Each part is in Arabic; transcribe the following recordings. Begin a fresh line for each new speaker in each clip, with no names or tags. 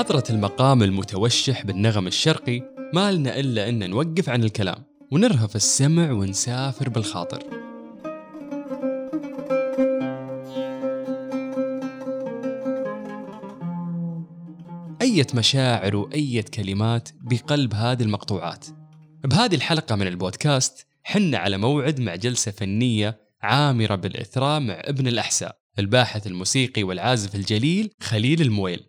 بحضرة المقام المتوشح بالنغم الشرقي ما لنا إلا أن نوقف عن الكلام ونرهف السمع ونسافر بالخاطر. أية مشاعر وأية كلمات بقلب هذه المقطوعات. بهذه الحلقة من البودكاست حنا على موعد مع جلسة فنية عامرة بالإثراء مع ابن الأحساء، الباحث الموسيقي والعازف الجليل خليل المويل.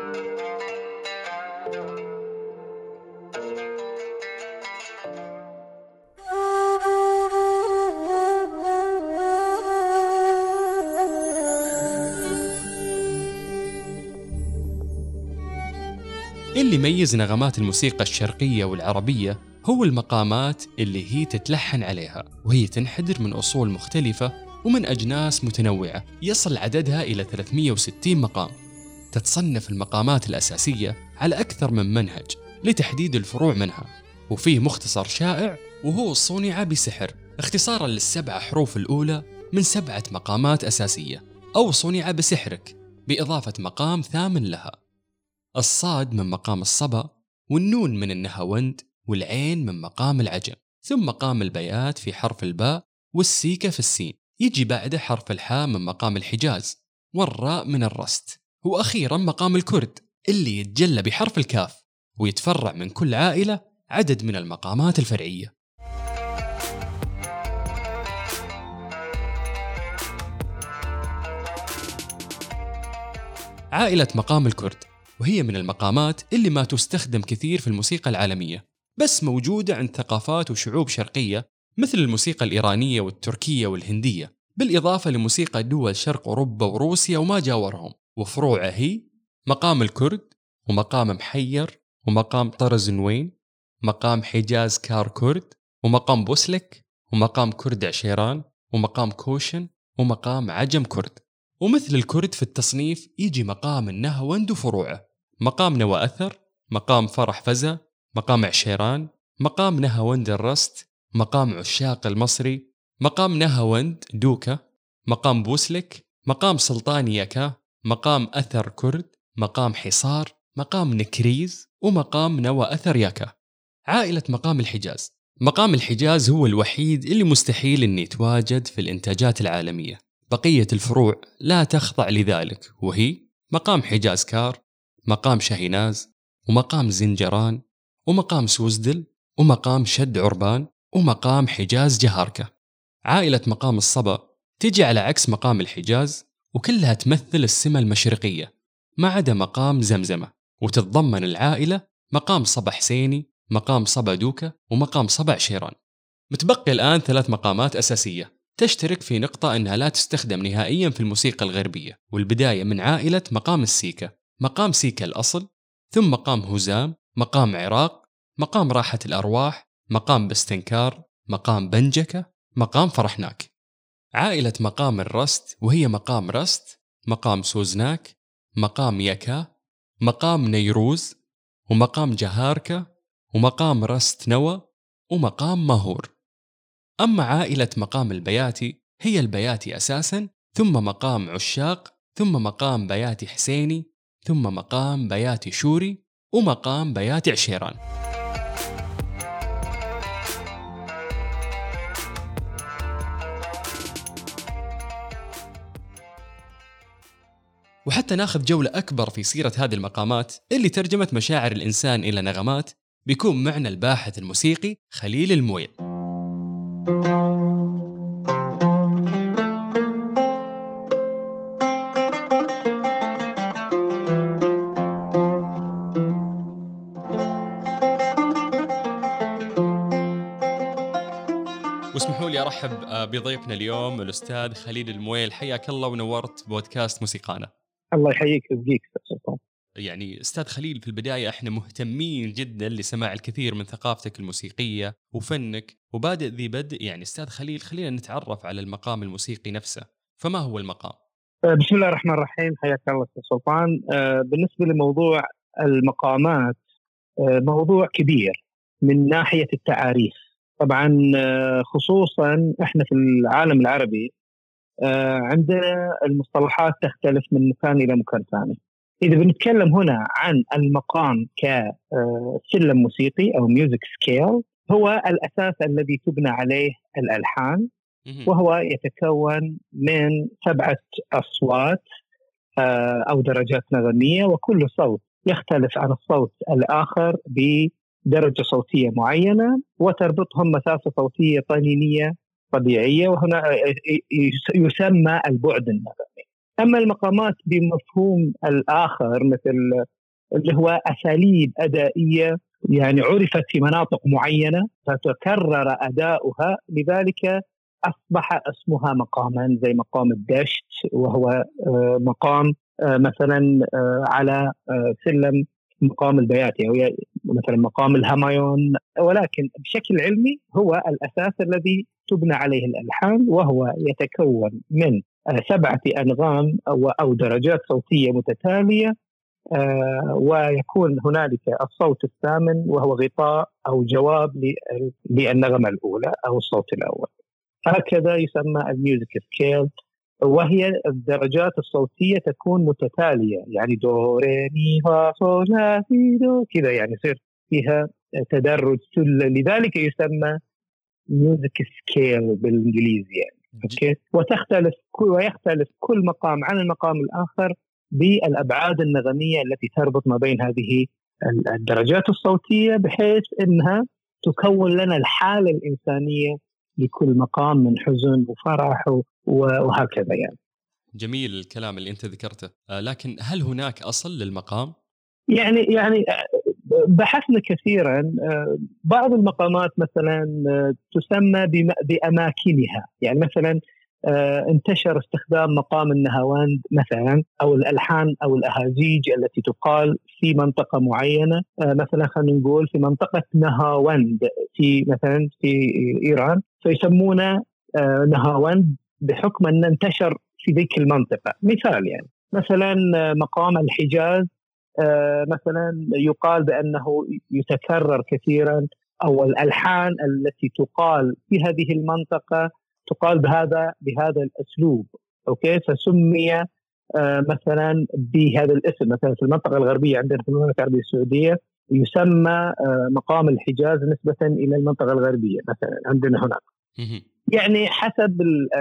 اللي يميز نغمات الموسيقى الشرقية والعربية هو المقامات اللي هي تتلحن عليها، وهي تنحدر من أصول مختلفة ومن أجناس متنوعة يصل عددها إلى 360 مقام. تتصنف المقامات الأساسية على أكثر من منهج لتحديد الفروع منها، وفيه مختصر شائع وهو صنع بسحر، اختصارا للسبع حروف الأولى من 7 مقامات أساسية، أو صنع بسحرك بإضافة مقام ثامن لها. الصاد من مقام الصبا، والنون من النهاوند، والعين من مقام العجم، ثم مقام البيات في حرف الباء، والسيكة في السين. يجي بعده حرف الحاء من مقام الحجاز، والراء من الرست، وأخيرا مقام الكرد اللي يتجلى بحرف الكاف، ويتفرع من كل عائلة عدد من المقامات الفرعية. عائلة مقام الكرد، وهي من المقامات اللي ما تستخدم كثير في الموسيقى العالمية، بس موجودة عند ثقافات وشعوب شرقية مثل الموسيقى الإيرانية والتركية والهندية، بالإضافة لموسيقى دول شرق أوروبا وروسيا وما جاورهم. وفروعها هي مقام الكرد، ومقام محير، ومقام طرز نوين، مقام حجاز كار كرد، ومقام بوسلك، ومقام كرد عشيران، ومقام كوشن، ومقام عجم كرد. ومثل الكرد في التصنيف يجي مقام النهاوند وفروعه، مقام نوى أثر، مقام فرح فزة، مقام عشيران، مقام نهاوند الرست، مقام عشاق المصري، مقام نهاوند دوكا، مقام بوسلك، مقام سلطان يكا، مقام أثر كرد، مقام حصار، مقام نكريز، ومقام نوى أثر يكا. عائلة مقام الحجاز. مقام الحجاز هو الوحيد اللي مستحيل أن يتواجد في الإنتاجات العالمية، بقية الفروع لا تخضع لذلك، وهي مقام حجاز كار، مقام شاهيناز، ومقام زنجران، ومقام سوزدل، ومقام شد عربان، ومقام حجاز جهاركة. عائلة مقام الصبا تجي على عكس مقام الحجاز، وكلها تمثل السمة المشرقية ما عدا مقام زمزمة، وتتضمن العائلة مقام صبا حسيني، مقام صبا دوكا، ومقام صبا عشيران. متبقي الآن 3 مقامات أساسية تشترك في نقطة أنها لا تستخدم نهائيا في الموسيقى الغربية، والبداية من عائلة مقام السيكا، مقام سيكا الأصل، ثم مقام هزام، مقام عراق، مقام راحة الأرواح، مقام بستنكار، مقام بنجكة، مقام فرحناك. عائلة مقام الرست، وهي مقام رست، مقام سوزناك، مقام يكا، مقام نيروز، ومقام جهاركة، ومقام رست نوى، ومقام ماهور. أما عائلة مقام البياتي هي البياتي أساساً، ثم مقام عشاق، ثم مقام بياتي حسيني، ثم مقام بياتي شوري، ومقام بياتي عشيران. وحتى ناخذ جولة أكبر في سيرة هذه المقامات اللي ترجمت مشاعر الإنسان إلى نغمات، بيكون معنا الباحث الموسيقي خليل المويل. واسمحوا لي أرحب بضيفنا اليوم الأستاذ خليل المويل. حياك الله ونورت بودكاست موسيقانا.
الله يحييك ويبقيك سلطان.
يعني أستاذ خليل، في البداية احنا مهتمين جدا لسماع الكثير من ثقافتك الموسيقية وفنك، وبادئ ذي بدء يعني أستاذ خليل خلينا نتعرف على المقام الموسيقي نفسه. فما هو المقام؟
بسم الله الرحمن الرحيم. حياك الله سلطان. بالنسبة لموضوع المقامات موضوع كبير من ناحية التعاريف طبعا، خصوصا احنا في العالم العربي عندنا المصطلحات تختلف من مكان إلى مكان ثاني. إذا بنتكلم هنا عن المقام كسلم موسيقي أو ميوزك سكيل، هو الأساس الذي تبنى عليه الألحان، وهو يتكون من 7 أصوات أو درجات نغمية، وكل صوت يختلف عن الصوت الآخر بدرجة صوتية معينة، وتربطهم مسافة صوتية طنينية طبيعية، وهنا يسمى البعد النغمي. أما المقامات بمفهوم الآخر مثل اللي هو أساليب أدائية يعني عرفت في مناطق معينة فتكرر أداؤها، لذلك أصبح اسمها مقاما، زي مقام الدشت، وهو مقام مثلا على سلم مقام البياتي، أو مثلا مقام الهمايون، ولكن بشكل علمي هو الأساس الذي تبنى عليه الألحان، وهو يتكون من 7 أنغام أو درجات صوتية متتالية، ويكون هنالك الصوت الثامن وهو غطاء أو جواب للنغمة الأولى أو الصوت الأول. هكذا يسمى الميوزك سكيل، وهي الدرجات الصوتية تكون متتالية، يعني دو ري مي فا صول لا سي دو كذا، يعني يصير فيها تدرج سلة، لذلك يسمى ميوزك سكيل بالإنجليزي يعني. أوكي. ويختلف كل مقام عن المقام الآخر بالأبعاد النغمية التي تربط ما بين هذه الدرجات الصوتية، بحيث أنها تكون لنا الحالة الإنسانية لكل مقام من حزن وفرح وهكذا يعني.
جميل الكلام اللي أنت ذكرته، لكن هل هناك أصل للمقام؟
يعني بحثنا كثيرا. بعض المقامات مثلا تسمى بأماكنها، يعني مثلا انتشر استخدام مقام النهاوند مثلا، أو الألحان أو الأهازيج التي تقال في منطقة معينة، مثلا خلينا نقول في منطقة نهاوند في مثلا في إيران، فيسمونه نهاوند بحكم أن انتشر في ذيك المنطقة. مثال يعني مثلا مقام الحجاز مثلا يقال بأنه يتكرر كثيرا، أو الألحان التي تقال في هذه المنطقة تقال بهذا الأسلوب. أوكي، فسمي مثلا بهذا الاسم. مثلا في المنطقة الغربية عندنا في المملكة العربية السعودية يسمى مقام الحجاز نسبة إلى المنطقة الغربية مثلا عندنا هناك، يعني حسب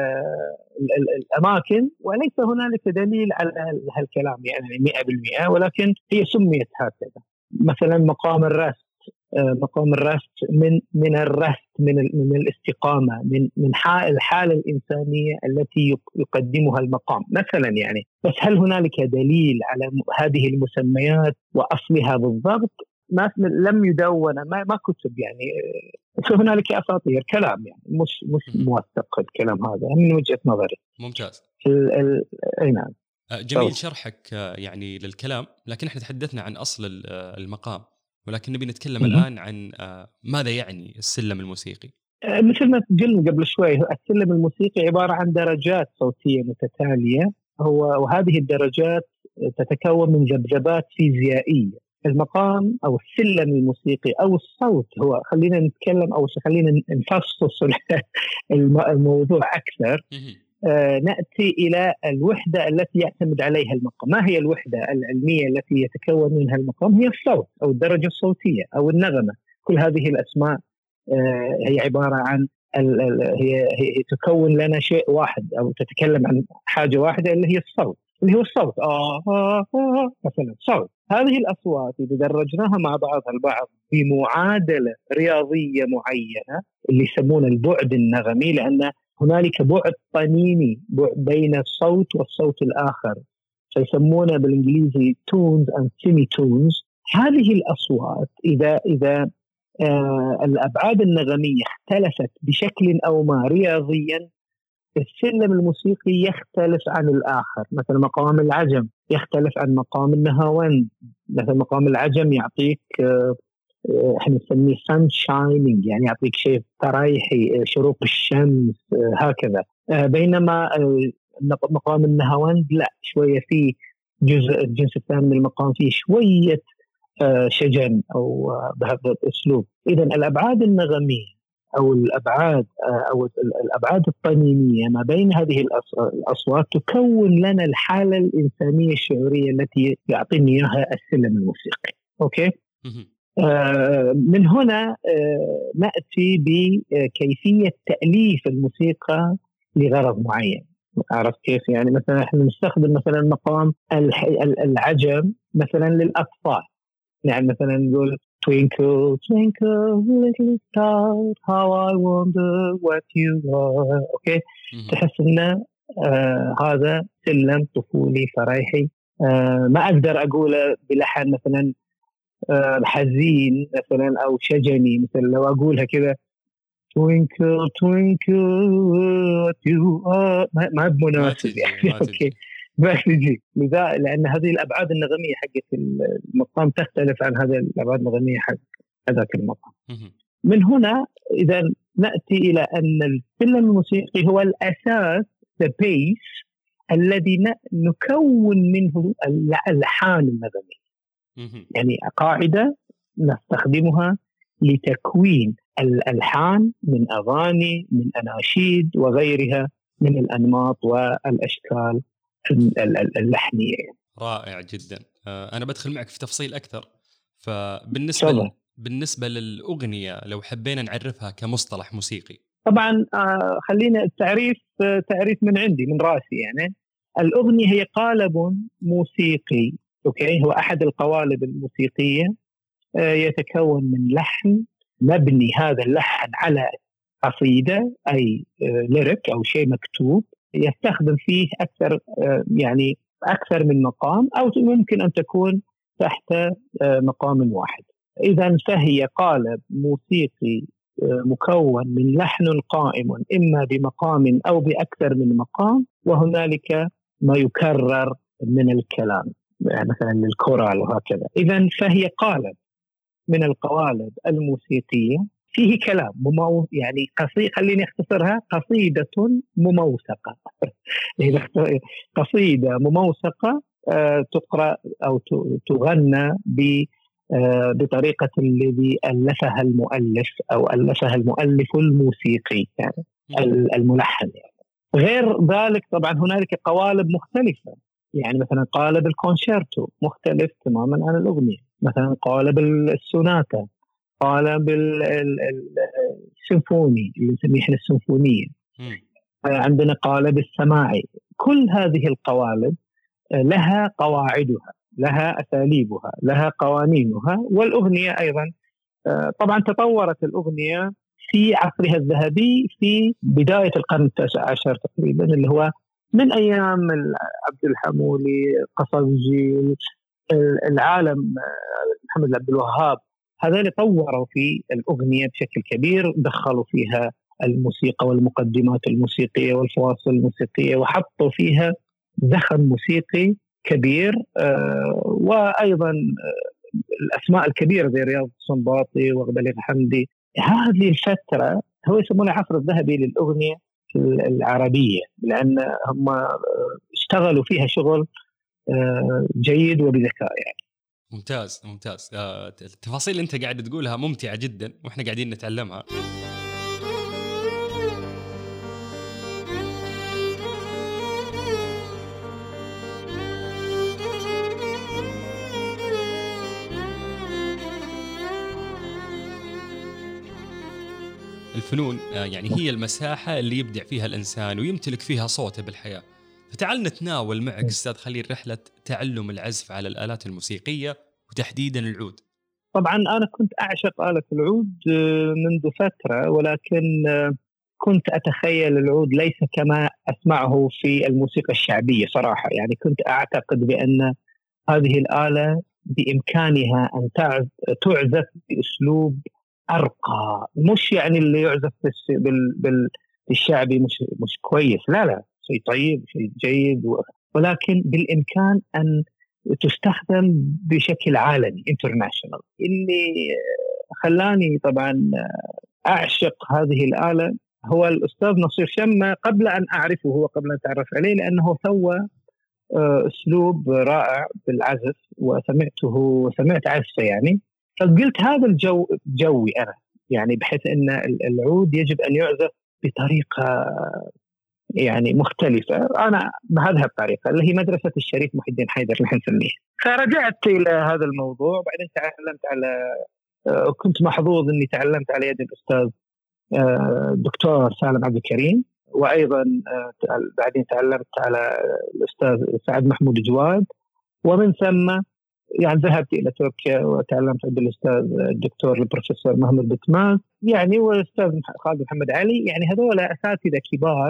الأماكن، وليس هنالك دليل على هالكلام يعني 100%، ولكن هي سميت هكذا. مثلا مقام الرست، مقام الرست من الرست من الاستقامة، من الحالة الإنسانية التي يقدمها المقام مثلا يعني. بس هل هنالك دليل على هذه المسميات وأصلها بالضبط؟ لم يدون، ما كتب يعني. هنالك أساطير كلام يعني مش موثق الكلام هذا من وجهة نظري.
ممتاز.
أي نعم.
جميل شرحك يعني للكلام، لكن احنا تحدثنا عن أصل المقام، ولكن نبي نتكلم الآن عن ماذا يعني السلم الموسيقي.
مثل ما قلنا قبل شوي، السلم الموسيقي عبارة عن درجات صوتية متتالية، وهذه الدرجات تتكون من ذبذبات فيزيائية. المقام أو السلم الموسيقي أو الصوت، هو خلينا نتكلم أو خلينا نفصص الموضوع أكثر. نأتي إلى الوحدة التي يعتمد عليها المقام. ما هي الوحدة العلمية التي يتكون منها المقام؟ هي الصوت أو الدرجة الصوتية أو النغمة. كل هذه الأسماء هي عبارة عن هي تكون لنا شيء واحد، أو تتكلم عن حاجة واحدة اللي هي الصوت، اللي هو الصوت مثلا صوت. هذه الأصوات إذا درجناها مع بعضها البعض بمعادلة رياضية معينة اللي يسمونه البعد النغمي، لأن هنالك بعد طنيني بين الصوت والصوت الآخر، فيسمونه بالإنجليزي tones and semitones. هذه الأصوات إذا الأبعاد النغمية اختلفت بشكل أو ما رياضيا، السلم الموسيقي يختلف عن الآخر. مثلا مقام العجم يختلف عن مقام النهاوند. مثلا مقام العجم يعطيك احنا نسميه sunshine، يعني يعطيك شيء طريحي، شروق الشمس هكذا. بينما مقام النهاوند لا، شوية فيه الجنس الثاني من المقام فيه شوية شجن أو بهذا الأسلوب. إذن الأبعاد النغمية أو الأبعاد أو الأبعاد الطنينية ما بين هذه الأصوات تكون لنا الحالة الإنسانية الشعورية التي يعطيني إياها السلم الموسيقي. أوكي. من هنا نأتي بكيفية تأليف الموسيقى لغرض معين. عرفت كيف؟ يعني مثلا احنا نستخدم مثلا مقام العجم مثلا للأطفال، يعني مثلا نقول twinkle twinkle little star how I wonder what you are. اوكي، تحس ان هذا سلم طفولي فريحي. ما اقدر اقوله بلحن مثلا حزين مثلا او شجني، مثلا لو اقولها كذا twinkle twinkle what you are ما بمناسب يعني. اوكي، ما تجي لذا، لان هذه الابعاد النغميه حقت المقام تختلف عن هذه الابعاد النغميه حق هذاك المقام. من هنا اذا ناتي الى ان السلم الموسيقي هو الاساس، the base الذي نكون منه الالحان النغميه. يعني قاعده نستخدمها لتكوين الألحان من أغاني، من أناشيد وغيرها من الأنماط والأشكال اللحنية.
رائع جدا. أنا بدخل معك في تفصيل أكثر. بالنسبة للأغنية لو حبينا نعرفها كمصطلح موسيقي،
طبعا خلينا تعريف من عندي من راسي. يعني الأغنية هي قالب موسيقي، أوكي، هو أحد القوالب الموسيقية يتكون من لحن مبني هذا اللحن على قصيدة أي ليريك أو شيء مكتوب يستخدم فيه أكثر من مقام، أو ممكن أن تكون تحت مقام واحد. إذن فهي قالب موسيقي مكون من لحن قائم إما بمقام أو بأكثر من مقام، وهنالك ما يكرر من الكلام مثلا للكورال وهكذا. إذن فهي قالب من القوالب الموسيقية فيه كلام يعني خليني أختصرها قصيدة مموسقة. قصيدة مموسقة تقرأ أو تغنى بطريقة الذي ألفها المؤلف أو ألفها المؤلف الموسيقي يعني الملحن. يعني غير ذلك طبعا هنالك قوالب مختلفة، يعني مثلا قالب الكونشيرتو مختلف تماما عن الأغنية، مثلا قالب السوناتا، قالب السيمفوني اللي نسميه احنا السيمفونية، عندنا قالب السماعي. كل هذه القوالب لها قواعدها، لها أساليبها، لها قوانينها. والأغنية أيضا طبعا تطورت الأغنية في عصرها الذهبي في بداية القرن التاسع عشر تقريبا، اللي هو من أيام عبد الحمولي، قصصجي، العالم محمد عبد الوهاب. هذول طوروا في الأغنية بشكل كبير، دخلوا فيها الموسيقى والمقدمات الموسيقية والفواصل الموسيقية، وحطوا فيها زخم موسيقي كبير. وأيضا الأسماء الكبيرة زي رياض السنباطي وبليغ حمدي. هذه الفترة هو يسمونها العصر الذهبي للأغنية العربية، لأن هم اشتغلوا فيها شغل جيد وبذكاء. يعني
ممتاز. التفاصيل اللي انت قاعد تقولها ممتعة جدا واحنا قاعدين نتعلمها. الفنون يعني هي المساحة اللي يبدع فيها الإنسان ويمتلك فيها صوته بالحياة. فتعال نتناول معك أستاذ خليل رحلة تعلم العزف على الآلات الموسيقية وتحديدا العود.
طبعا أنا كنت أعشق آلة العود منذ فترة، ولكن كنت أتخيل العود ليس كما أسمعه في الموسيقى الشعبية صراحة. يعني كنت أعتقد بأن هذه الآلة بإمكانها أن تعزف بأسلوب أرقى، مش يعني اللي يعزف بالشعبي مش كويس، لا شيء طيب شيء جيد، ولكن بالإمكان أن تستخدم بشكل عالمي international. اللي خلاني طبعا أعشق هذه الآلة هو الأستاذ نصير شمة، قبل أن أعرفه هو، قبل أن أتعرف عليه، لأنه سوى أسلوب رائع بالعزف وسمعت عزفه يعني. فقلت هذا جوي أنا، يعني بحيث أن العود يجب أن يعزف بطريقة يعني مختلفة. أنا بهذه الطريقة اللي هي مدرسة الشريف محي الدين حيدر نحن نسميها. فرجعت إلى هذا الموضوع، وبعدين تعلمت على كنت محظوظ أني تعلمت على يد الأستاذ الدكتور سالم عبد الكريم، وأيضا بعدين تعلمت على الأستاذ سعد محمود جواد، ومن ثم يعني ذهبت إلى تركيا وتعلمت عند الأستاذ الدكتور البروفيسور محمد بتماس يعني، والأستاذ خالد محمد علي. يعني هذول أساتذة كبار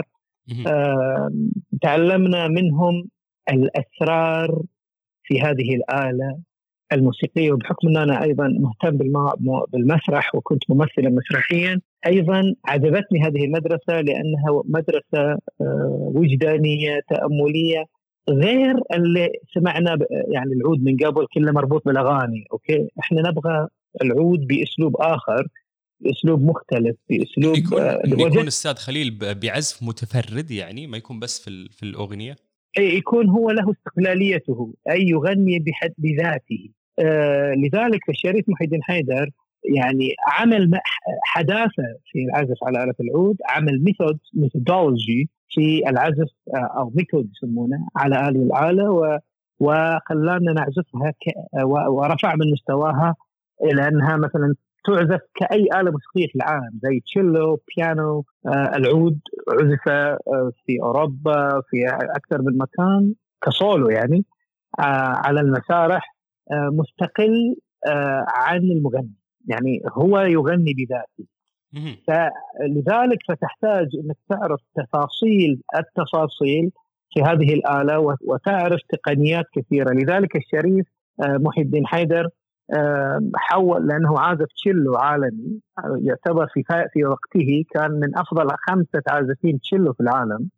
تعلمنا منهم الأسرار في هذه الآلة الموسيقية. وبحكم أن أنا أيضا مهتم بالمسرح وكنت ممثلا مسرحيا، أيضا عجبتني هذه المدرسة لأنها مدرسة وجدانية تأملية، غير اللي سمعنا يعني العود من قبل كله مربوط بالأغاني. أوكي، إحنا نبغى العود بأسلوب آخر، بأسلوب مختلف، بأسلوب
يكون أستاذ خليل بعزف متفرد، يعني ما يكون بس في الأغنية،
يكون هو له استقلاليته، أي يغني بحد بذاته. لذلك الشريف محي الدين حيدر يعني عمل حداثة في العزف على آلة العود، عمل ميثودولوجي في العزف أو ميثود يسمونه على هذه الآلة، وخلانا نعزفها ورفع من مستواها إلى أنها مثلا تعزف كأي آلة موسيقية في العالم، زي تشيلو، بيانو. العود عزف في أوروبا في أكثر من مكان كسولو يعني على المسارح، مستقل عن المغني، يعني هو يغني بذاته. فلذلك فتحتاج أنك تعرف التفاصيل في هذه الآلة وتعرف تقنيات كثيرة. لذلك الشريف محي الدين حيدر حول، لأنه عازف تشيلو عالمي، يعتبر في وقته كان من أفضل 5 عازفين تشيلو في العالم.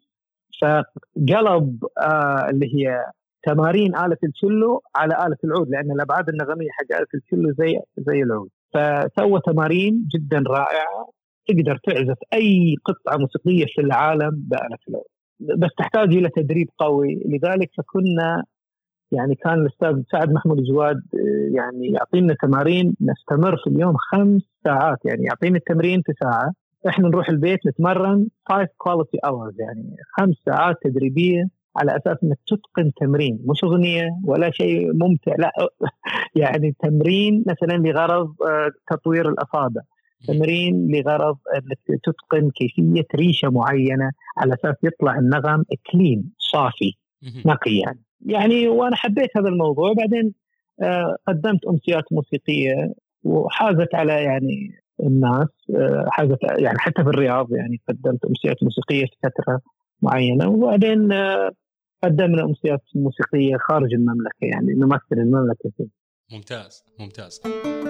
فقلب اللي هي تمارين آلة التشيلو على آلة العود، لأن الأبعاد النغمية حق آلة التشيلو زي العود. فسوى تمارين جدا رائعة تقدر تعزف أي قطعة موسيقية في العالم بآلة العود، بس تحتاج إلى تدريب قوي. لذلك فكنا يعني كان الأستاذ سعد محمود جواد يعني يعطينا تمارين نستمر في اليوم 5 ساعات، يعني يعطينا التمرين في ساعة، إحنا نروح البيت نتمرن 5 quality hours، يعني 5 ساعات تدريبية على أساس أنك تتقن تمرين، مش أغنية ولا شيء ممتع، لا يعني تمرين مثلا لغرض تطوير الأصابع، تمرين لغرض أنك تتقن كيفية ريشة معينة على أساس يطلع النغم كلين صافي نقي يعني وأنا حبيت هذا الموضوع. بعدين قدمت أمسيات موسيقية وحازت على يعني الناس، حازت يعني حتى في الرياض، يعني قدمت أمسيات موسيقية في فترة معينة، وبعدين قدمنا أمسيات موسيقية خارج المملكة، يعني نمثل المملكة فيه.
ممتاز ممتاز.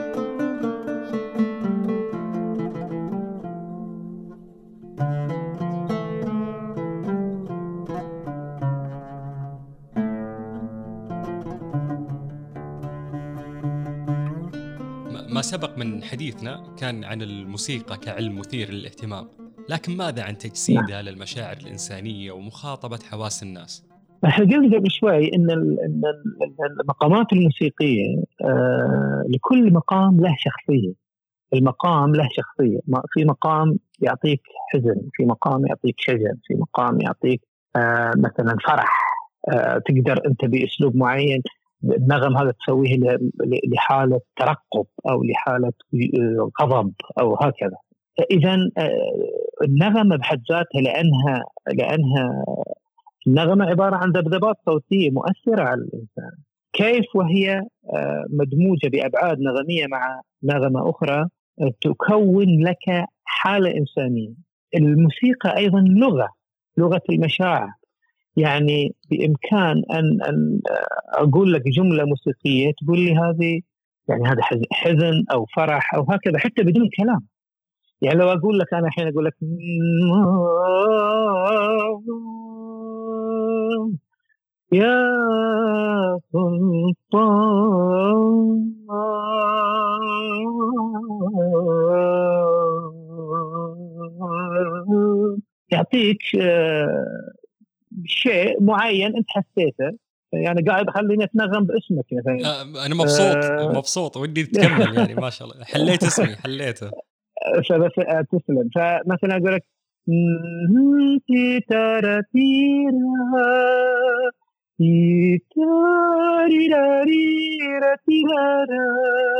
ما سبق من حديثنا كان عن الموسيقى كعلم مثير للاهتمام، لكن ماذا عن تجسيدها للمشاعر الإنسانية ومخاطبة حواس الناس؟
احنا قلنا قبل شوي ان المقامات الموسيقية لكل مقام له شخصية، المقام له شخصية، في مقام يعطيك حزن، في مقام يعطيك شجن، في مقام يعطيك مثلا فرح، تقدر انت بأسلوب معين النغم هذا تسويه لحالة ترقب أو لحالة غضب أو هكذا. إذن النغمة بحد ذاتها لأنها النغمة عبارة عن ذبذبات صوتية مؤثرة على الإنسان، كيف وهي مدموجة بأبعاد نغمية مع نغمة أخرى تكون لك حالة إنسانية. الموسيقى أيضا لغة المشاعر، يعني بإمكان أن أقول لك جملة موسيقية تقول لي هذه يعني هذا حزن أو فرح أو هكذا حتى بدون كلام. يعني لو أقول لك أنا حين أقول لك يا سلطان يعطيك شيء معين أنت حسيته يعني قاعد خليني اتنغم باسمك مثلا.
انا مبسوط ودي تكمل يعني ما شاء الله حليت اسمي حليته.
فبس تسلم. فمثلا اقول لك تيتارا تيرا تيتاري راريرا تيرارا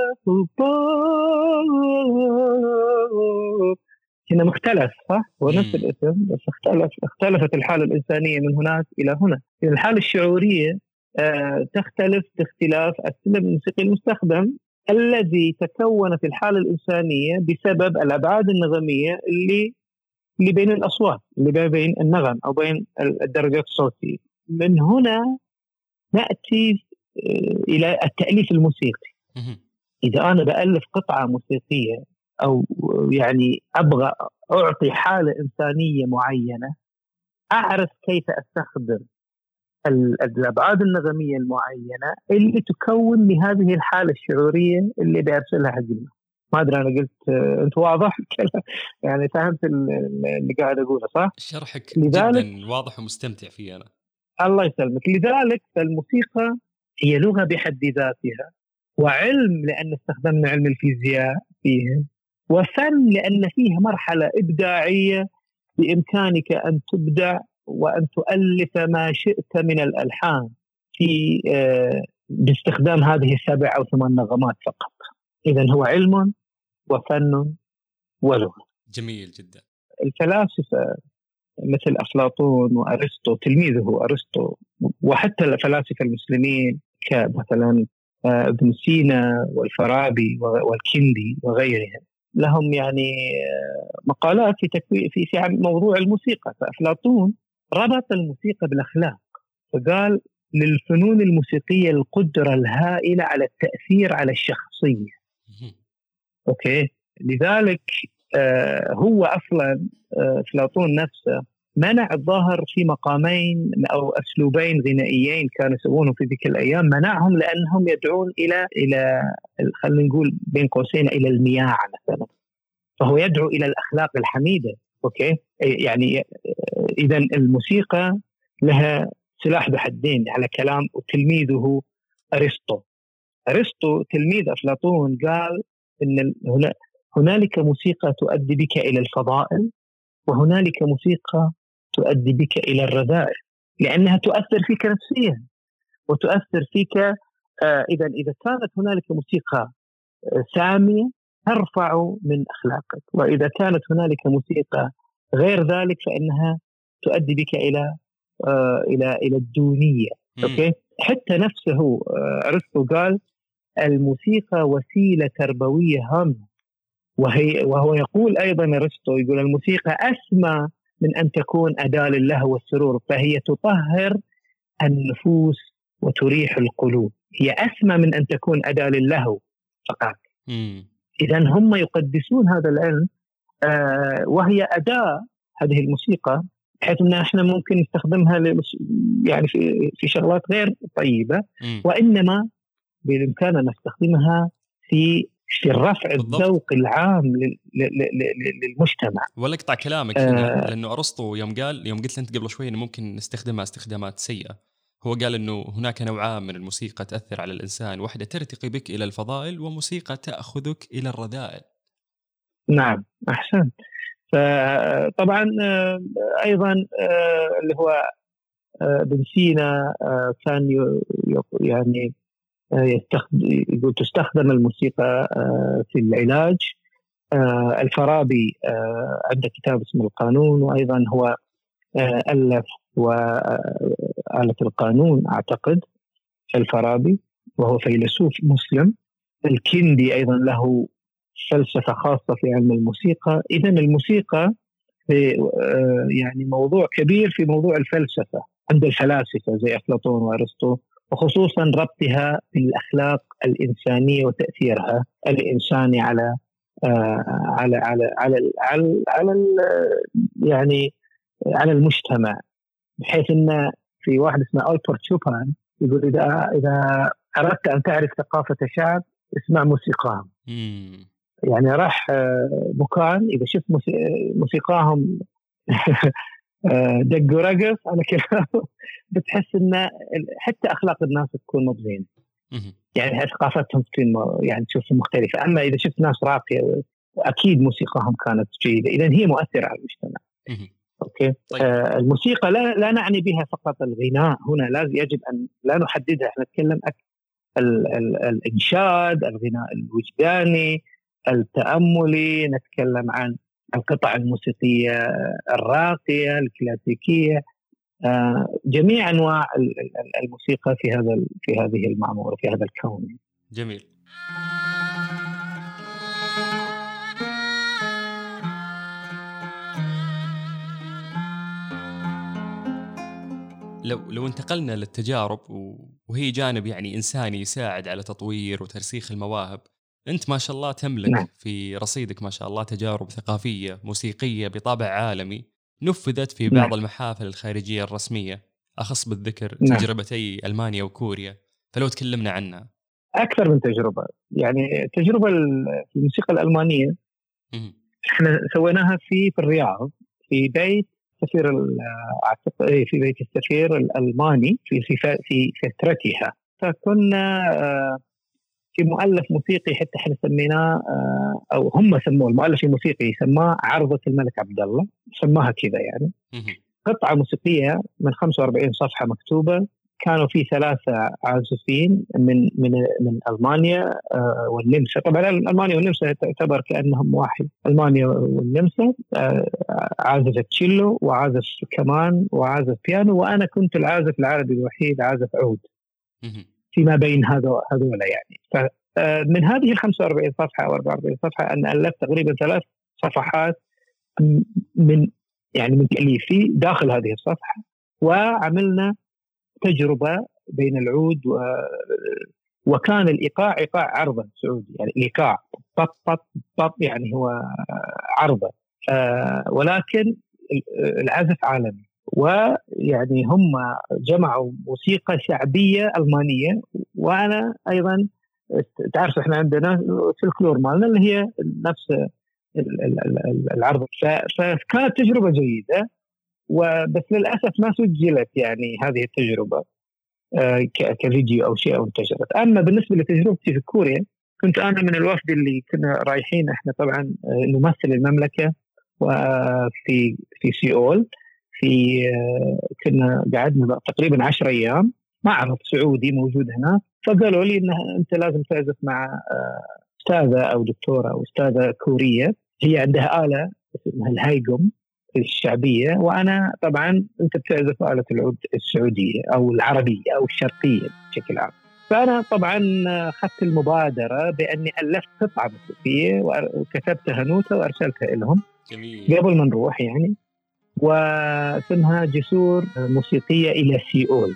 هنا مختلف صح؟ هو نفس الاسم بس اختلفت الحالة الإنسانية من هناك إلى هنا. الحالة الشعورية تختلف باختلاف السلم الموسيقي المستخدم الذي تكون في الحالة الإنسانية بسبب الأبعاد النغمية اللي بين الأصوات، اللي بين النغم أو بين الدرجات الصوتية. من هنا نأتي إلى التأليف الموسيقي. إذا أنا بألف قطعة موسيقية أو يعني أبغى أعطي حالة إنسانية معينة، أعرف كيف أستخدم الأبعاد النغمية المعينة اللي تكون لهذه الحالة الشعورية اللي بأرسلها حقنا. ما أدري أنا قلت أنت واضح يعني فهمت اللي قاعد أقوله صح؟
شرحك جدا واضح ومستمتع فيه أنا.
الله يسلمك. لذلك الموسيقى هي لغة بحد ذاتها، وعلم لأن استخدمنا علم الفيزياء فيها، وفن لأن فيها مرحلة إبداعية بإمكانك أن تبدع وأن تؤلف ما شئت من الألحان في باستخدام هذه 7 أو 8 نغمات فقط. إذن هو علم وفن ولغة.
جميل جدا.
الفلاسفة مثل أفلاطون وأرسطو تلميذه أرسطو، وحتى الفلاسفة المسلمين كمثلا ابن سينا والفارابي والكندي وغيرهم، لهم يعني مقالات في موضوع الموسيقى. فأفلاطون ربط الموسيقى بالأخلاق، فقال للفنون الموسيقية القدرة الهائلة على التأثير على الشخصية. أوكي، لذلك هو أصلا أفلاطون نفسه منع الظاهر في مقامين أو أسلوبين غنائيين كانوا يسوونه في ذيك الأيام، منعهم لأنهم يدعون إلى خلينا نقول بين قوسين إلى المياع مثلا، فهو يدعو إلى الأخلاق الحميدة. أوكي، يعني إذا الموسيقى لها سلاح بحدين على كلام تلميذه أرسطو تلميذ أفلاطون قال إن هنالك موسيقى تؤدي بك إلى الفضائل، وهنالك موسيقى تؤدي بك إلى الرذائل، لأنها تؤثر فيك نفسيا وتؤثر فيك. إذا كانت هنالك موسيقى سامية ترفع من أخلاقك، وإذا كانت هنالك موسيقى غير ذلك فإنها تؤدي بك إلى الدونية. أوكي، حتى نفسه أرسطو قال الموسيقى وسيلة تربوية هامة، وهو يقول أيضا أرسطو يقول الموسيقى أسمى من أن تكون أداة للهو والسرور، فهي تطهر النفوس وتريح القلوب. هي أسمى من أن تكون أداة للهو فقط. إذن هم يقدسون هذا العلم، وهي أداة هذه الموسيقى، بحيث أن احنا ممكن نستخدمها يعني في شغلات غير طيبة، وإنما بإمكاننا نستخدمها في رفع الذوق العام للمجتمع.
ولا اقطع كلامك هنا، لأنه أرسطو يوم قلت أنت قبل شوي إنه ممكن نستخدمها استخدامات سيئة، هو قال إنه هناك نوعان من الموسيقى تأثر على الإنسان، واحدة ترتقي بك إلى الفضائل، وموسيقى تأخذك إلى الرذائل.
نعم، أحسن. فطبعا أيضا اللي هو ابن سينا كان يعني يقول تستخدم الموسيقى في العلاج. الفارابي عنده كتاب اسمه القانون، وأيضا هو ألف وآلة القانون أعتقد الفارابي، وهو فيلسوف مسلم. الكندي أيضا له فلسفة خاصة في علم الموسيقى. إذن الموسيقى يعني موضوع كبير في موضوع الفلسفة عند الفلاسفة زي أفلاطون وأرسطو، وخصوصا ربطها بالأخلاق الإنسانية وتأثيرها الإنساني على على على على على, على يعني على المجتمع، بحيث أن في واحد اسمه ألبرت شوبان يقول إذا أردت أن تعرف ثقافة شعب اسمع موسيقاهم. يعني راح مكان إذا شفت موسيقاهم دق ورقص على كلامه. بتحس إن حتى أخلاق الناس تكون مبزين، يعني ثقافتهم تكون يعني تشوفها مختلفة. أما إذا شفت ناس راقية أكيد موسيقاهم كانت جيدة، إذن هي مؤثرة على المجتمع. أوكي.
طيب.
الموسيقى لا نعني بها فقط الغناء، هنا لازم يجب أن لا نحددها. احنا نتكلم الإنشاد، الغناء الوجداني، التأملي، نتكلم عن القطع الموسيقية الراقية الكلاسيكية، جميع أنواع الموسيقى في هذه المعمورة، في هذا الكون.
جميل. لو انتقلنا للتجارب وهي جانب يعني إنساني يساعد على تطوير وترسيخ المواهب، أنت ما شاء الله تملك
نعم.
في رصيدك ما شاء الله تجارب ثقافية موسيقية بطابع عالمي نفذت في بعض المحافل الخارجية الرسمية، أخص بالذكر تجربتي ألمانيا وكوريا، فلو تكلمنا عنها.
أكثر من تجربة، يعني التجربة في الموسيقى الألمانية احنا سويناها في الرياض، في بيت السفير، في بيت السفير الألماني في فترتها. فكنا في مؤلف موسيقي حتى احنا سميناه او هم سموه المؤلف الموسيقي سماه عرضة الملك عبد الله، سماها كذا يعني. قطعة موسيقية من 45 صفحة مكتوبة، كانوا في 3 عازفين من ألمانيا والنمسا. طبعا ألمانيا والنمسا تعتبر كأنهم واحد، ألمانيا والنمسا، عازف تشيلو وعازف كمان وعازف بيانو، وأنا كنت العازف العربي الوحيد عازف عود فيما بين هذول يعني. فمن هذه 45 صفحة أو 44 صفحة أنا ألفت تقريبا 3 صفحات من تأليفي داخل هذه الصفحة، وعملنا تجربة بين العود وكان الإيقاع إيقاع عربة سعودي، يعني الإيقاع بط بط بط يعني هو عربة، ولكن العزف عالمي. ويعني هم جمعوا موسيقى شعبية ألمانية، وأنا أيضا تعرف إحنا عندنا الفلكلور مالنا اللي هي نفس العربة. فكانت تجربة جيدة، وبس للأسف ما سجلت يعني هذه التجربة كفيديو أو شيء أو انتشرت. أما بالنسبة لتجربتي في كوريا، كنت أنا من الوفد اللي كنا رايحين، إحنا طبعا نمثل المملكة في سيول، كنا قعدنا تقريبا 10 أيام، معرض سعودي موجود هناك. فقالوا لي إن أنت لازم تعزف مع أستاذة أو دكتورة أو أستاذة كورية، هي عندها آلة اسمها الهايجوم الشعبية، وأنا طبعا أنت بتعزف آلة العود السعودية أو العربية أو الشرقية بشكل عام. فأنا طبعا أخذت المبادرة بأني ألفت قطعة موسيقية وكتبتها نوتة وأرسلتها لهم قبل ما نروح يعني، واسمها جسور موسيقية إلى سيول.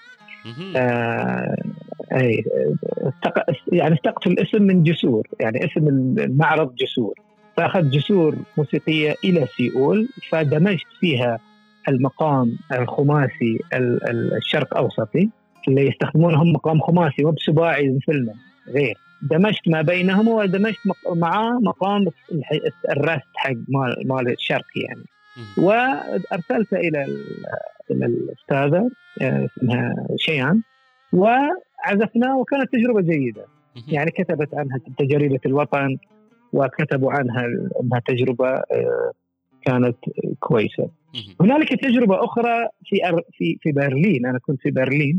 يعني استقت الاسم من جسور، يعني اسم المعرض جسور، فأخذ جسور موسيقية إلى سيول، فدمجت فيها المقام الخماسي الشرق أوسطي اللي يستخدمونهم مقام خماسي وبسباعي مثلنا غير، دمجت ما بينهم ودمجت معاه مقام الرست حق مال الشرقي يعني. وأرسلت إلى الأستاذة اسمها شيان وعزفنا، وكانت تجربة جيدة يعني. كتبت عنها جريدة الوطن وكتبوا عنها أنها تجربة كانت كويسة. هنالك تجربة أخرى في برلين، أنا كنت في برلين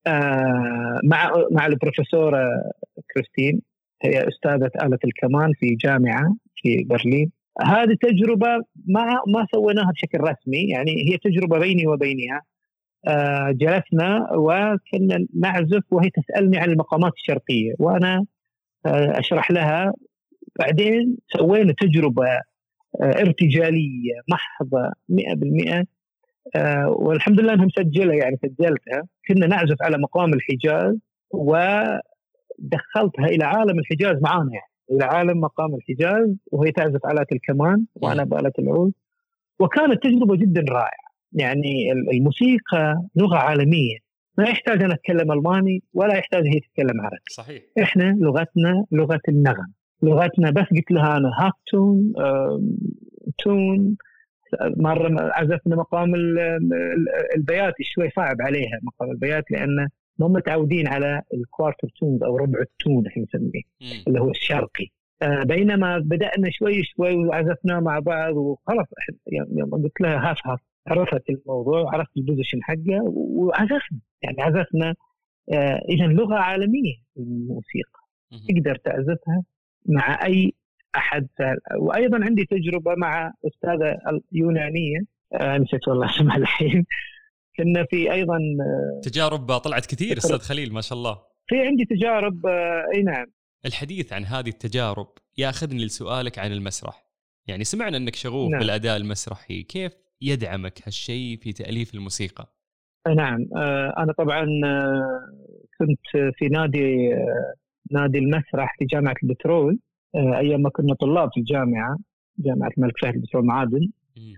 مع البروفيسورة كريستين، هي أستاذة آلة الكمان في جامعة في برلين. هذه تجربة ما سويناها بشكل رسمي، يعني هي تجربة بيني وبينها. جلسنا وكنا نعزف وهي تسألني عن المقامات الشرقية وأنا أشرح لها. بعدين سوينا تجربة ارتجالية محضة 100%، والحمد لله أنها مسجلة، يعني سجلتها. كنا نعزف على مقام الحجاز ودخلتها إلى عالم الحجاز معانا، يعني إلى عالم مقام الحجاز، وهي تعزف آلة الكمان وأنا بآلة العود، وكانت تجربة جدا رائعة. يعني الموسيقى لغة عالمية، ما يحتاج أن أتكلم ألماني ولا يحتاج هي تتكلم عربي.
صحيح.
إحنا لغتنا لغة النغم، لغتنا. بس قلت لها أنا هاف تون مرة عزفنا مقام البياتي، شوي صعب عليها مقام البياتي لأن هم متعودين على الكوارتر تونز أو ربع التون احنا نسميه اللي هو الشرقي. بينما بدأنا شوي وعزفنا مع بعض وخلاص يعني قلت لها هاف عرفت الموضوع وعرفت البوزيشن حقه وعزفنا، يعني عزفنا. إذا لغة عالمية الموسيقى تقدر تعزفها مع أي أحد. وأيضا عندي تجربة مع أستاذة يونانية نسيت والله اسمها الحين. كنا في أيضا
تجارب طلعت كثير أستاذ خليل ما شاء الله.
في عندي تجارب أي نعم.
الحديث عن هذه التجارب يأخذني لسؤالك عن المسرح. يعني سمعنا أنك شغوف
نعم.
بالأداء المسرحي، كيف يدعمك هالشيء في تأليف الموسيقى؟
نعم أنا طبعا كنت في نادي المسرح في جامعة البترول أيام ما كنا طلاب في جامعة الملك فهد للبترول معادن،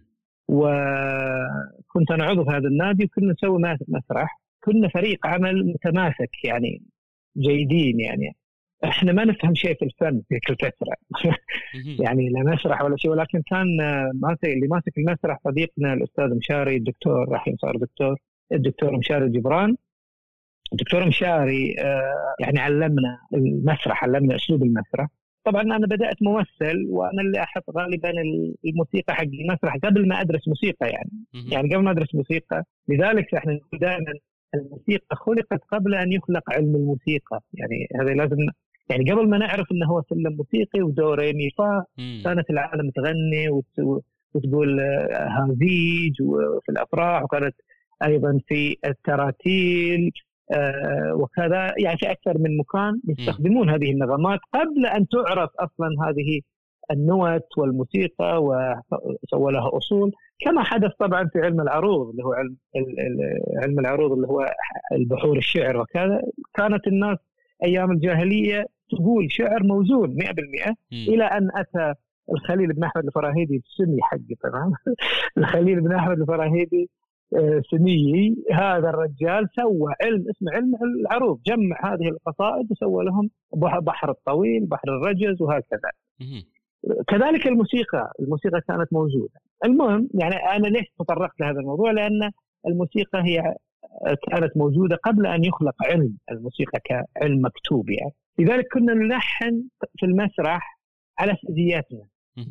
وكنت أنا عضو في هذا النادي وكنا نسوي مسرح. كنا فريق عمل متماسك يعني جيدين، يعني احنا ما نفهم شيء في الفن في كل فترة يعني لا مسرح ولا شيء، ولكن كان اللي ماسك المسرح صديقنا الأستاذ مشاري، الدكتور راح صار الدكتور مشاري جبران. الدكتور مشاري يعني علمنا المسرح، علمنا أسلوب المسرح. طبعا أنا بدأت ممثل وأنا اللي أحط غالبا الموسيقى حق المسرح قبل ما أدرس موسيقى يعني قبل ما أدرس موسيقى. لذلك احنا نقول دائما الموسيقى خلقت قبل أن يخلق علم الموسيقى، يعني هذا لازم، يعني قبل ما نعرف أنه هو سلم موسيقي ودو ري مي فا كانت العالم تغني وتقول هازيج وفي الأفراح، وكانت أيضا في التراتيل وكذا، يعني في أكثر من مكان يستخدمون هذه النغمات قبل أن تعرف أصلا هذه النوت والموسيقى وسوى لها أصول، كما حدث طبعا في علم العروض اللي هو علم العروض اللي هو البحور الشعر وكذا. كانت الناس أيام الجاهلية تقول شعر موزون 100% إلى أن أتى الخليل بن أحمد الفراهيدي السني حقي طبعا الخليل بن أحمد الفراهيدي سني، هذا الرجال سوى علم اسمه علم العروض، جمع هذه القصائد وسوى لهم بحر الطويل، بحر الرجز وهكذا. كذلك الموسيقى كانت موجودة. المهم يعني أنا ليش تطرقت لهذا الموضوع؟ لأن الموسيقى هي كانت موجودة قبل أن يخلق علم الموسيقى كعلم مكتوب يعني. لذلك كنا نلحن في المسرح على سجياتنا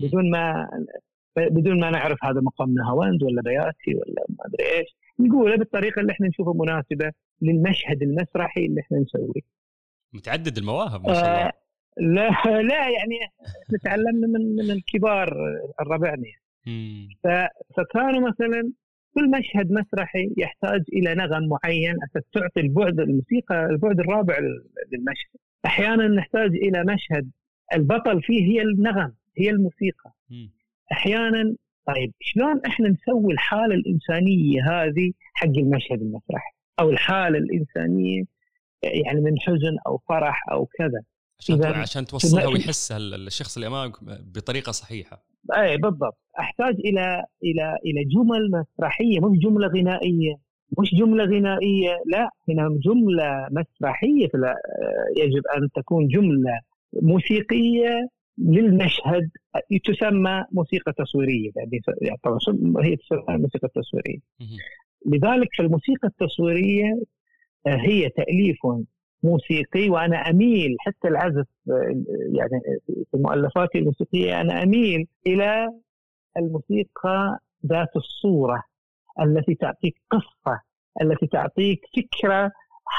بدون ما نعرف هذا مقام نهاوند ولا بياتي ولا ما أدري إيش، نقوله بالطريقة اللي إحنا نشوفها مناسبة للمشهد المسرحي اللي إحنا نسويه.
متعدد المواهب ما شاء الله.
لا يعني نتعلمنا من الكبار الربعني. فكانوا مثلا كل مشهد مسرحي يحتاج إلى نغم معين أساس تعطي البعد الموسيقى، البعد الرابع للمشهد. أحيانا نحتاج إلى مشهد البطل فيه هي النغم، هي الموسيقى. أحيانا طيب شلون إحنا نسوي الحالة الإنسانية هذه حق المشهد المسرحي، أو الحالة الإنسانية يعني من حزن أو فرح أو كذا،
عشان توصلها ويحسها الشخص اللي أمامك بطريقة صحيحة.
أي بالضبط. أحتاج إلى جمل مسرحية، مش جملة غنائية، لا، هنا جملة مسرحية. يجب أن تكون جملة موسيقية للمشهد تسمى موسيقى تصويرية، يعني طبعا هي تسمى موسيقى تصويرية. لذلك فالموسيقى التصويرية هي تأليف موسيقي، وأنا أميل حتى العزف يعني في مؤلفاتي الموسيقية أنا أميل إلى الموسيقى ذات الصورة التي تعطيك قصة، التي تعطيك فكرة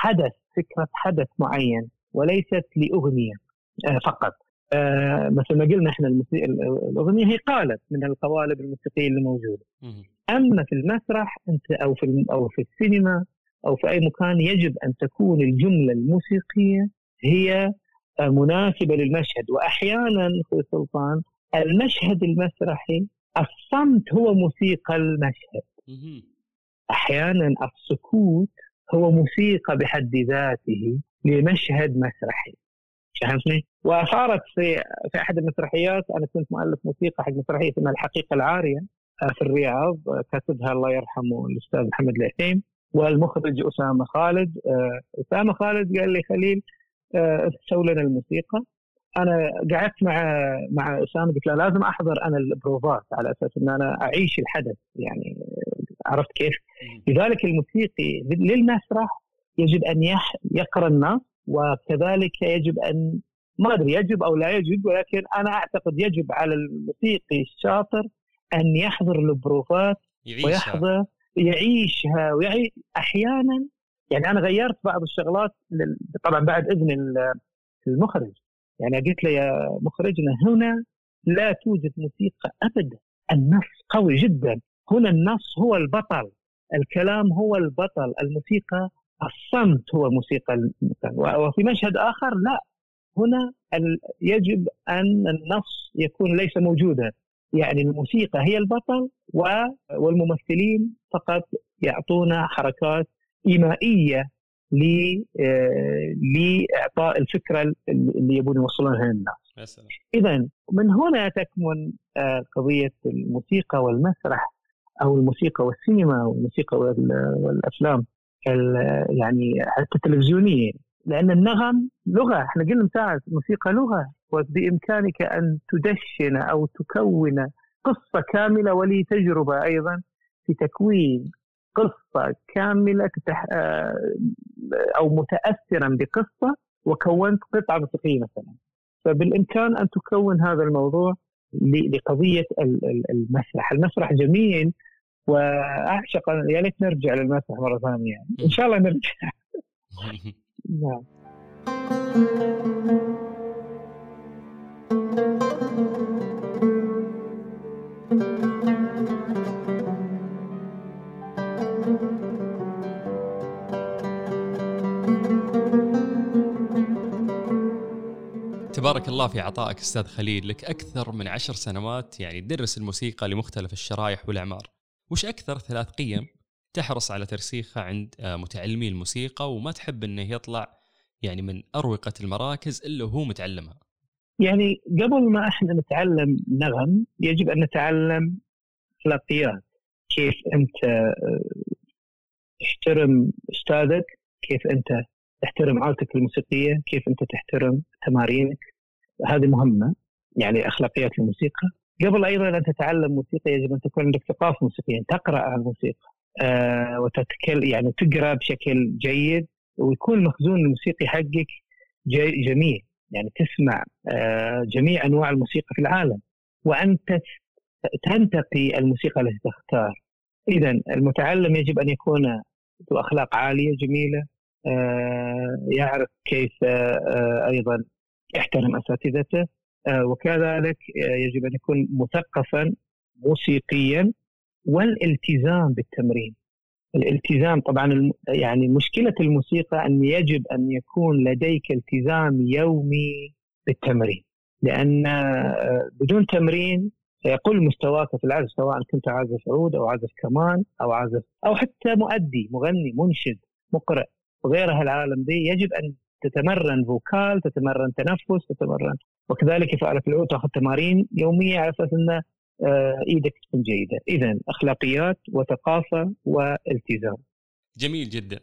حدث معين، وليست لأغنية فقط. مثل ما قلنا احنا الأغنية هي قالب من القوالب الموسيقية اللي موجودة. أما في المسرح أنت أو في السينما أو في أي مكان يجب أن تكون الجملة الموسيقية هي مناسبة للمشهد. وأحيانا أخوي سلطان المشهد المسرحي الصمت هو موسيقى المشهد، أحيانا السكوت هو موسيقى بحد ذاته لمشهد مسرحي. فهمتني؟ وصارت في أحد المسرحيات، أنا كنت مؤلف موسيقى حق مسرحية اسمها الحقيقة العارية في الرياض، كاتبها الله يرحمه الأستاذ محمد العثيم، والمخرج أسامة خالد. أسامة خالد قال لي خليل سوي لنا الموسيقى، انا قعدت مع اسامه، قلت له لازم احضر انا البروفات على اساس ان انا اعيش الحدث يعني، عرفت كيف؟ لذلك الموسيقي للمسرح يجب ان يقرا النص، وكذلك يجب ان، ما ادري يجب او لا يجب، ولكن انا اعتقد يجب على الموسيقي الشاطر ان يحضر البروفات ويحضر يعيشها احيانا يعني انا غيرت بعض الشغلات طبعا بعد اذن المخرج. يعني قلت له يا مخرجنا هنا لا توجد موسيقى ابدا، النص قوي جدا، هنا النص هو البطل، الكلام هو البطل، الموسيقى الصمت هو موسيقى. وفي مشهد آخر لا، هنا يجب أن النص يكون ليس موجودا، يعني الموسيقى هي البطل والممثلين فقط يعطونا حركات إيمائية لإعطاء الفكرة اللي يبون يوصلونها للناس. إذن من هنا تكمن قضية الموسيقى والمسرح أو الموسيقى والسينما والموسيقى والأفلام يعني حتى التلفزيونية، لأن النغم لغة، احنا قلنا مساعد موسيقى لغة، وبإمكانك أن تدشن أو تكون قصة كاملة، ولي تجربة أيضا في تكوين قصة كاملة أو متأثرا بقصة وكونت قطعة موسيقية مثلا. فبالإمكان أن تكون هذا الموضوع لقضية المسرح. المسرح جميل وأعشق، يا ليت نرجع للمسرح مرة ثانية يعني. إن شاء الله نرجع. نعم.
تبارك الله في عطائك أستاذ خليل، لك أكثر من 10 سنوات يعني تدرس الموسيقى لمختلف الشرائح والأعمار. وش أكثر 3 قيم تحرص على ترسيخها عند متعلمي الموسيقى وما تحب أنه يطلع يعني من أروقة المراكز إلا هو متعلمها؟
يعني قبل ما احنا نتعلم نغم يجب أن نتعلم أخلاقيات، كيف أنت تحترم أستاذك، كيف أنت تحترم عادتك الموسيقية، كيف أنت تحترم تمارينك. هذه مهمة، يعني أخلاقيات الموسيقى. قبل أيضا أن تتعلم موسيقى يجب أن تكون عندك ثقافة موسيقية، تقرأ عن الموسيقى يعني تقرأ بشكل جيد، ويكون مخزون الموسيقي حقك جميل، يعني تسمع جميع أنواع الموسيقى في العالم وأنت تنتقي الموسيقى التي تختار. إذن المتعلم يجب أن يكون ذو أخلاق عالية جميلة، يعرف كيف أيضا يحترم أساتذته، وكذلك يجب أن يكون مثقفا موسيقيا، والالتزام بالتمرين. الالتزام طبعا يعني مشكلة الموسيقى أن يجب أن يكون لديك التزام يومي بالتمرين، لأن بدون تمرين سيقل مستواك في العزف، سواء كنت عازف عود أو عازف كمان أو عازف أو حتى مؤدي، مغني، منشد، مقرئ وغيرها. العالم دي يجب أن تتمرن فوكال، تتمرن تنفس، تتمرن، وكذلك فعل في العود تأخذ تمارين يومية على أساس أن إيدك تكون جيدة. إذن أخلاقيات وثقافة والتزام.
جميل جدا.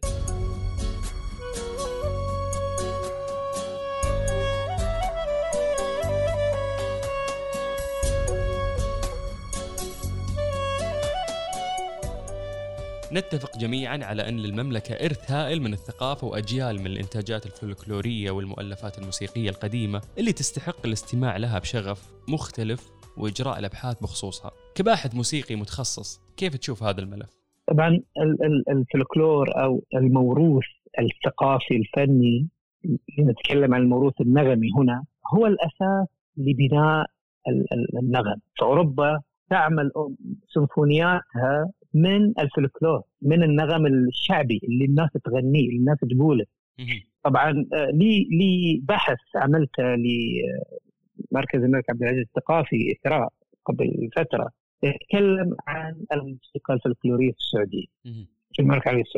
نتفق جميعا على أن للمملكة إرث هائل من الثقافة وأجيال من الإنتاجات الفلكلورية والمؤلفات الموسيقية القديمة اللي تستحق الاستماع لها بشغف مختلف وإجراء الأبحاث بخصوصها. كباحث موسيقي متخصص كيف تشوف هذا الملف؟
طبعا الفلكلور أو الموروث الثقافي الفني، نتكلم عن الموروث النغمي هنا، هو الأساس لبناء النغم. فأوروبا تعمل سيمفونياتها من الفلكلور، من النغم الشعبي اللي الناس تغنيه، اللي الناس تقوله. طبعا لي بحث عملته لمركز الملك عبد العزيز الثقافي إثراء قبل فترة، يتكلم عن الموسيقى الفلكلورية في السعودية، في المملكة العربية السعودية.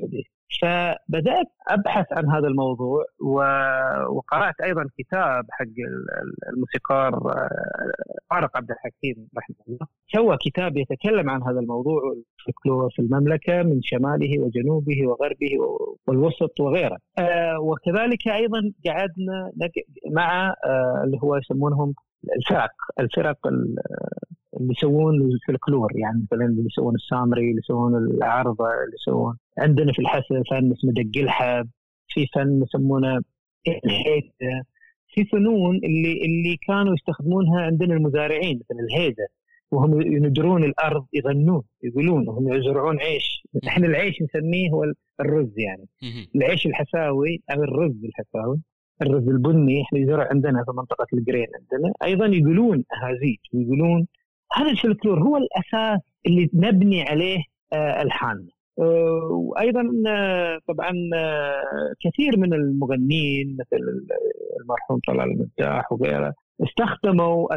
فبدأت أبحث عن هذا الموضوع وقرأت أيضا كتاب حق الموسيقار طارق عبد الحكيم رحمه الله. سوى كتاب يتكلم عن هذا الموضوع، الفلكلور في المملكة من شماله وجنوبه وغربه والوسط وغيره. وكذلك أيضا قعدنا مع اللي هو يسمونهم الفرق اللي يسوون الفلكلور، يعني مثلا اللي يسوون السامري، اللي يسوون العارضة، اللي يسوون عندنا في الحسن فن اسمه دق الحب، في فن يسمونه الهيدة، في فنون اللي كانوا يستخدمونها عندنا المزارعين مثل الهيدة، وهم يندرون الأرض، يغنون، يقولون وهم يزرعون عيش. نحن العيش نسميه هو الرز، يعني العيش الحساوي أو الرز الحساوي، الرز البني احنا يزرع عندنا في منطقة الجرين عندنا. أيضا يقولون هازيج، ويقولون هذا الفلكلور هو الأساس اللي نبني عليه ألحان. وأيضا طبعا كثير من المغنين مثل المرحوم طلال المداح وغيره استخدموا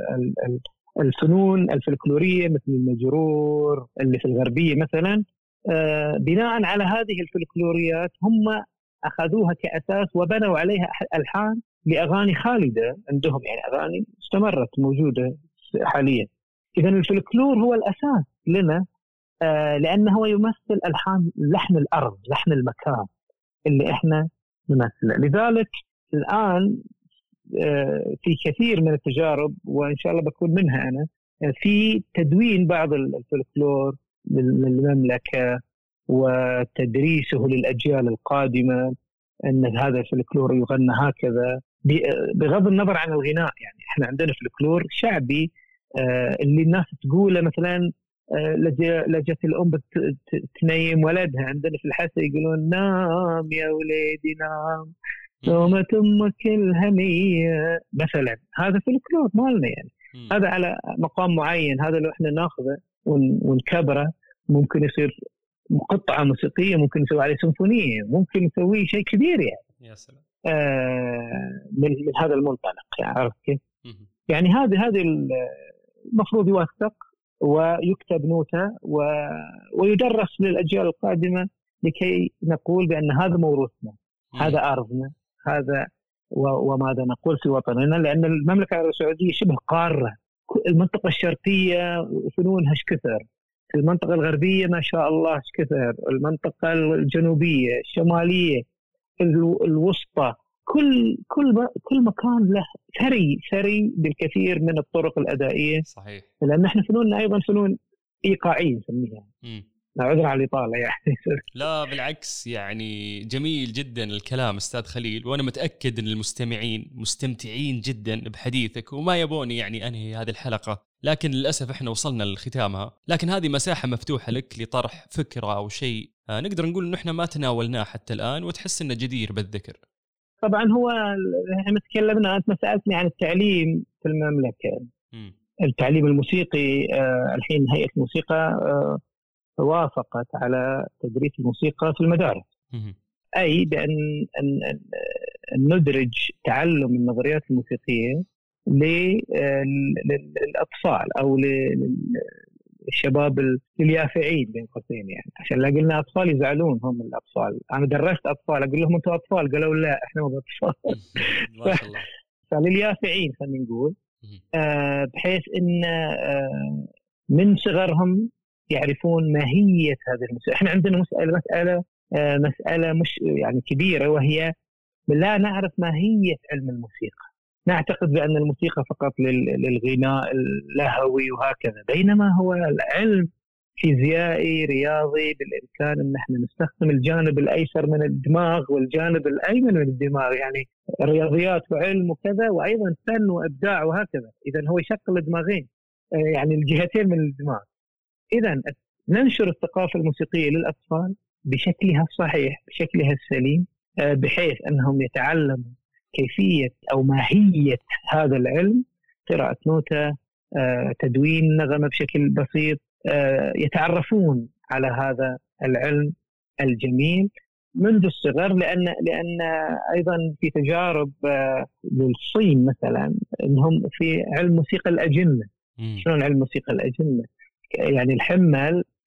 الفنون الفلكلورية مثل المجرور اللي في الغربية مثلا. بناء على هذه الفلكلوريات هم أخذوها كأساس وبنوا عليها ألحان لأغاني خالدة عندهم، يعني أغاني استمرت موجودة حاليا. إذن الفلكلور هو الأساس لنا، لأنه هو يمثل ألحان لحن الأرض، لحن المكان اللي إحنا نمثله. لذلك الآن في كثير من التجارب، وإن شاء الله بكون منها أنا، في تدوين بعض الفلكلور للمملكة وتدريسه للأجيال القادمة، أن هذا الفلكلور يغنى هكذا بغض النظر عن الغناء. يعني إحنا عندنا فلكلور شعبي اللي الناس تقوله، مثلا لجت الأم تنيم ولدها، عندنا في الحسا يقولون نام يا وليدي نام نومة أمك الهنية مثلا. هذا فلكلور مالنا، يعني هذا على مقام معين. هذا لو إحنا ناخذه ونكبره ممكن يصير قطعة موسيقية، ممكن نسوي عليه سيمفونية، ممكن نسوي شيء كبير يعني.
يا سلام.
من هذا المنطلق، يعني عرفت كيف؟ يعني هذه المفروض يوثق ويكتب نوتة ويدرس للأجيال القادمة لكي نقول بأن هذا موروثنا، هذا أرضنا، هذا وماذا نقول في وطننا. لأن المملكة العربية السعودية شبه قارة، المنطقة الشرقية فنونها كثر، المنطقة الغربية ما شاء الله كثر، المنطقة الجنوبية، الشمالية، الوسطى، كل مكان له ثري بالكثير من الطرق الأدائية.
صحيح.
لأن احنا فنوننا أيضا فنون إيقاعية نسميها. لا عذر على الإطالة يعني.
لا بالعكس، يعني جميل جدا الكلام أستاذ خليل، وأنا متأكد أن المستمعين مستمتعين جدا بحديثك وما يبوني يعني أنهي هذه الحلقة، لكن للأسف إحنا وصلنا لختامها. لكن هذه مساحة مفتوحة لك لطرح فكرة أو شيء نقدر نقول إنه إحنا ما تناولناه حتى الآن وتحس إنه جدير بالذكر.
طبعا هو إحنا تكلمنا، أنت سألتني عن التعليم في المملكة. التعليم الموسيقي الحين هيئة الموسيقى وافقت على تدريس الموسيقى في المدارس، أي بأن ندرج تعلم النظريات الموسيقية للأطفال أو للشباب اليافعين بين قوسين، يعني عشان لا قلنا أطفال يزعلون هم الأطفال. أنا درست أطفال أقول لهم أنتوا أطفال، قالوا لا إحنا مو أطفال.
ما شاء الله.
فلليافعين خلينا نقول، بحيث إن من صغرهم يعرفون ماهية هذه الموسيقى. إحنا عندنا مسألة مش يعني كبيرة، وهي لا نعرف ماهية علم الموسيقى. نعتقد بأن الموسيقى فقط للغناء اللهوي وهكذا، بينما هو العلم فيزيائي رياضي، بالإمكان أن احنا نستخدم الجانب الأيسر من الدماغ والجانب الأيمن من الدماغ، يعني رياضيات وعلم وكذا، وأيضا فن وإبداع وهكذا. إذن هو يشغل الدماغين، يعني الجهتين من الدماغ. إذن ننشر الثقافة الموسيقية للأطفال بشكلها الصحيح، بشكلها السليم، بحيث أنهم يتعلموا كيفية أو ماهية هذا العلم، قراءة نوتة، تدوين نغمة بشكل بسيط، يتعرفون على هذا العلم الجميل منذ الصغر. لأن أيضا في تجارب للصين مثلا أنهم في علم موسيقى الأجنة. شلون علم موسيقى الأجنة؟ يعني الحمل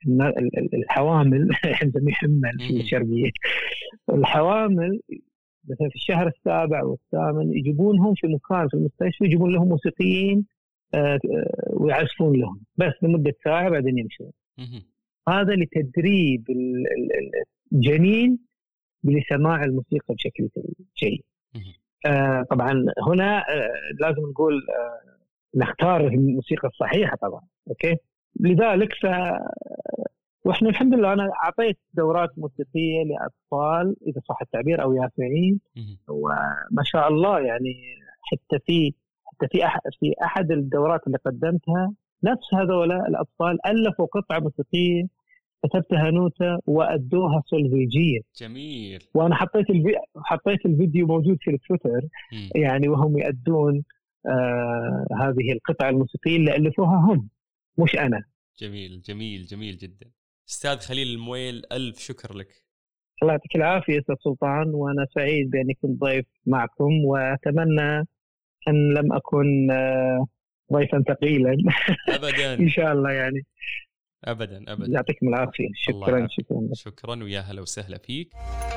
الحوامل نسميه حمل في الشرقية، الحوامل مثلا في الشهر السابع والثامن يجيبونهم في مكان في المستشفى، يجيبون لهم موسيقيين ويعزفون لهم بس لمدة ساعة بعدين يمشون. هذا لتدريب الجنين بسماع الموسيقى بشكل جيد. طبعا هنا لازم نقول نختار الموسيقى الصحيحة طبعا. أوكي، لذلك واحنا الحمد لله انا اعطيت دورات موسيقيه لاطفال اذا صح التعبير او يافعين، وما شاء الله يعني حتى في احد الدورات اللي قدمتها نفس هذول الاطفال الفوا قطعه موسيقيه كتبتها نوتة وادوها سولفيجيه.
جميل.
وانا حطيت الفيديو موجود في التويتر يعني وهم يأدون هذه القطعه الموسيقيه اللي الفوها هم مش انا.
جميل جميل جميل جدا. أستاذ خليل المويل، ألف شكر لك.
الله يعطيك العافية أستاذ سلطان، وأنا سعيد بأني كنت ضيف معكم، وأتمنى أن لم أكن ضيفا ثقيلا.
أبدا.
إن شاء الله يعني.
أبدا أبدا.
يعطيكم العافية. شكرا شكرا
شكرا، ويا هلا وسهلا فيك.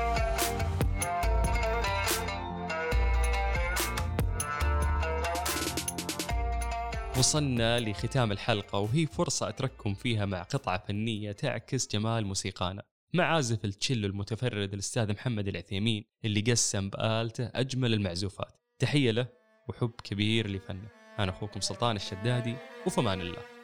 وصلنا لختام الحلقة، وهي فرصة أترككم فيها مع قطعة فنية تعكس جمال موسيقانا مع عازف التشيلو المتفرد الأستاذ محمد العثيمين اللي قسم بآلته أجمل المعزوفات. تحية له وحب كبير لفنه. أنا أخوكم سلطان الشدادي، وفمان الله.